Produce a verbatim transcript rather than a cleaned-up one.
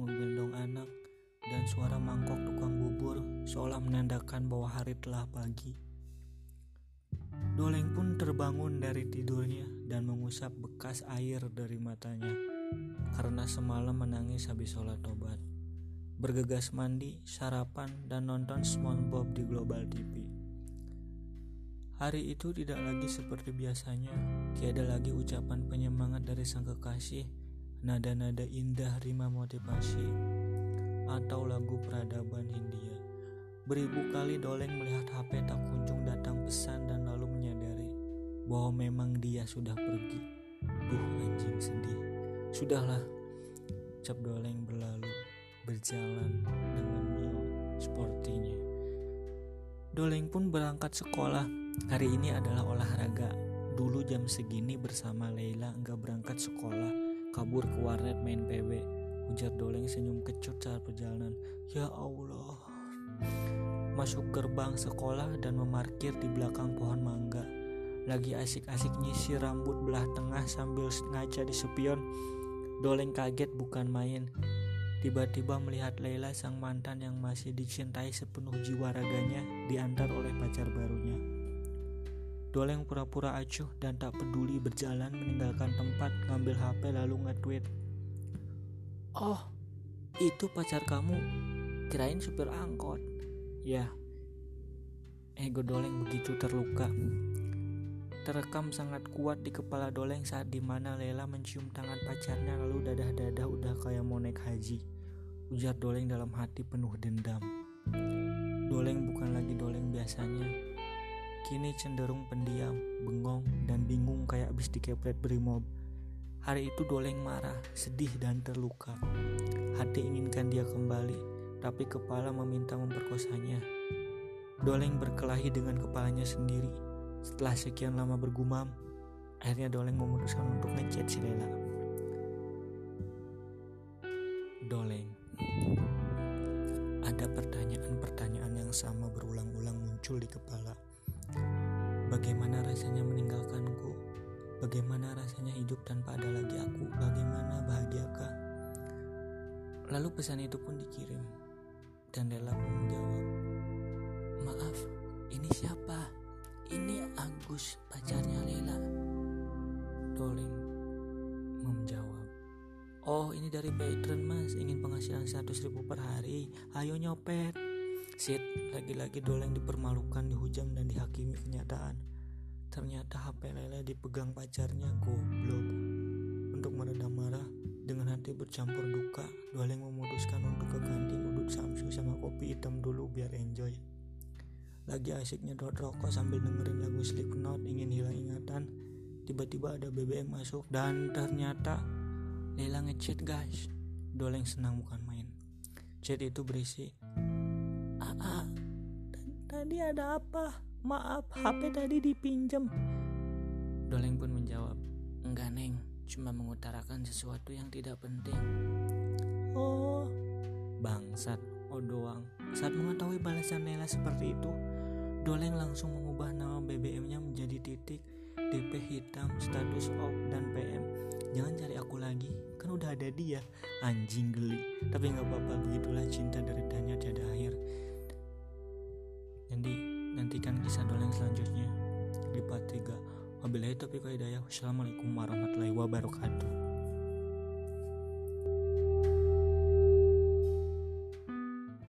menggendong anak, dan suara mangkok tukang bubur seolah menandakan bahwa hari telah pagi. Doleng pun terbangun dari tidurnya dan mengusap bekas air dari matanya karena semalam menangis habis sholat tobat. Bergegas mandi, sarapan, dan nonton SpongeBob di Global T V. Hari itu tidak lagi seperti biasanya. Tiada lagi ucapan penyemangat dari sang kekasih, nada-nada indah rima motivasi, atau lagu peradaban Hindia. Beribu kali Doleng melihat H P tak kunjung datang pesan dan lalu menyadari bahwa memang dia sudah pergi. Buh, anjing sedih. Sudahlah, cap Doleng berlalu, berjalan dengan Mio sportinya. Doleng pun berangkat sekolah. Hari ini adalah olahraga. Dulu jam segini bersama Leila enggak berangkat sekolah, kabur ke warnet main P B. Ujar Doleng senyum kecut saat perjalanan. Ya Allah. Masuk gerbang sekolah dan memarkir di belakang pohon mangga. Lagi asik-asik nyisir rambut belah tengah sambil ngaca di spion. Doleng kaget bukan main. Tiba-tiba melihat Leila sang mantan yang masih dicintai sepenuh jiwa raganya diantar oleh pacar barunya. Doleng pura-pura acuh dan tak peduli berjalan meninggalkan tempat, ngambil H P lalu nge-tweet. Oh, itu pacar kamu? Kirain supir angkot. Ya, ego Doleng begitu terluka. Terekam sangat kuat di kepala Doleng saat dimana Leila mencium tangan pacarnya lalu dadah-dadah udah kayak mau naik haji. Ujar Doleng dalam hati penuh dendam. Doleng bukan lagi Doleng biasanya. Kini cenderung pendiam, bengong, dan bingung kayak abis dikepret brimob. Hari itu Doleng marah, sedih, dan terluka. Hati inginkan dia kembali, tapi kepala meminta memperkosanya. Doleng berkelahi dengan kepalanya sendiri. Setelah sekian lama bergumam, akhirnya Doleng memutuskan untuk ngechat si Leila. Doleng. Ada pertanyaan-pertanyaan yang sama berulang-ulang muncul di kepala. Bagaimana rasanya meninggalkanku? Bagaimana rasanya hidup tanpa ada lagi aku? Bagaimana bahagiakah? Lalu pesan itu pun dikirim, dan Leila pun menjawab, maaf, ini siapa? Ini Agus, pacarnya Leila. Doleng menjawab, oh ini dari Patreon mas, ingin penghasilan seratus ribu per hari, ayo nyopet. Sit, lagi-lagi Doleng dipermalukan, dihujam, dan dihakimi kenyataan. Ternyata H P Leila dipegang pacarnya, goblok. Untuk meredam marah, dengan hati bercampur duka, Doleng memutuskan untuk ke kantin udut samsu sama kopi hitam dulu biar enjoy. Lagi asik nyedot rokok sambil dengerin lagu Slipknot, ingin hilang ingatan. Tiba-tiba ada B B M masuk dan ternyata Leila ngechat guys. Doleng senang bukan main. Chat itu berisi, Aa, tadi ada apa? Maaf, H P tadi dipinjam. Doleng pun menjawab, enggak neng, cuma mengutarakan sesuatu yang tidak penting. Oh, bangsat, oh doang. Saat mengetahui balasan Leila seperti itu, Doleng langsung mengubah nama B B M-nya menjadi titik, D P hitam, status off, dan P M. Jangan cari aku lagi, kan udah ada dia. Anjing geli, tapi gak apa-apa, begitulah cinta deritanya tiada akhir. Jadi nantikan kisah Doleng selanjutnya di part tiga. Wabillahi taufiq wal hidayah. Wassalamualaikum warahmatullahi wabarakatuh.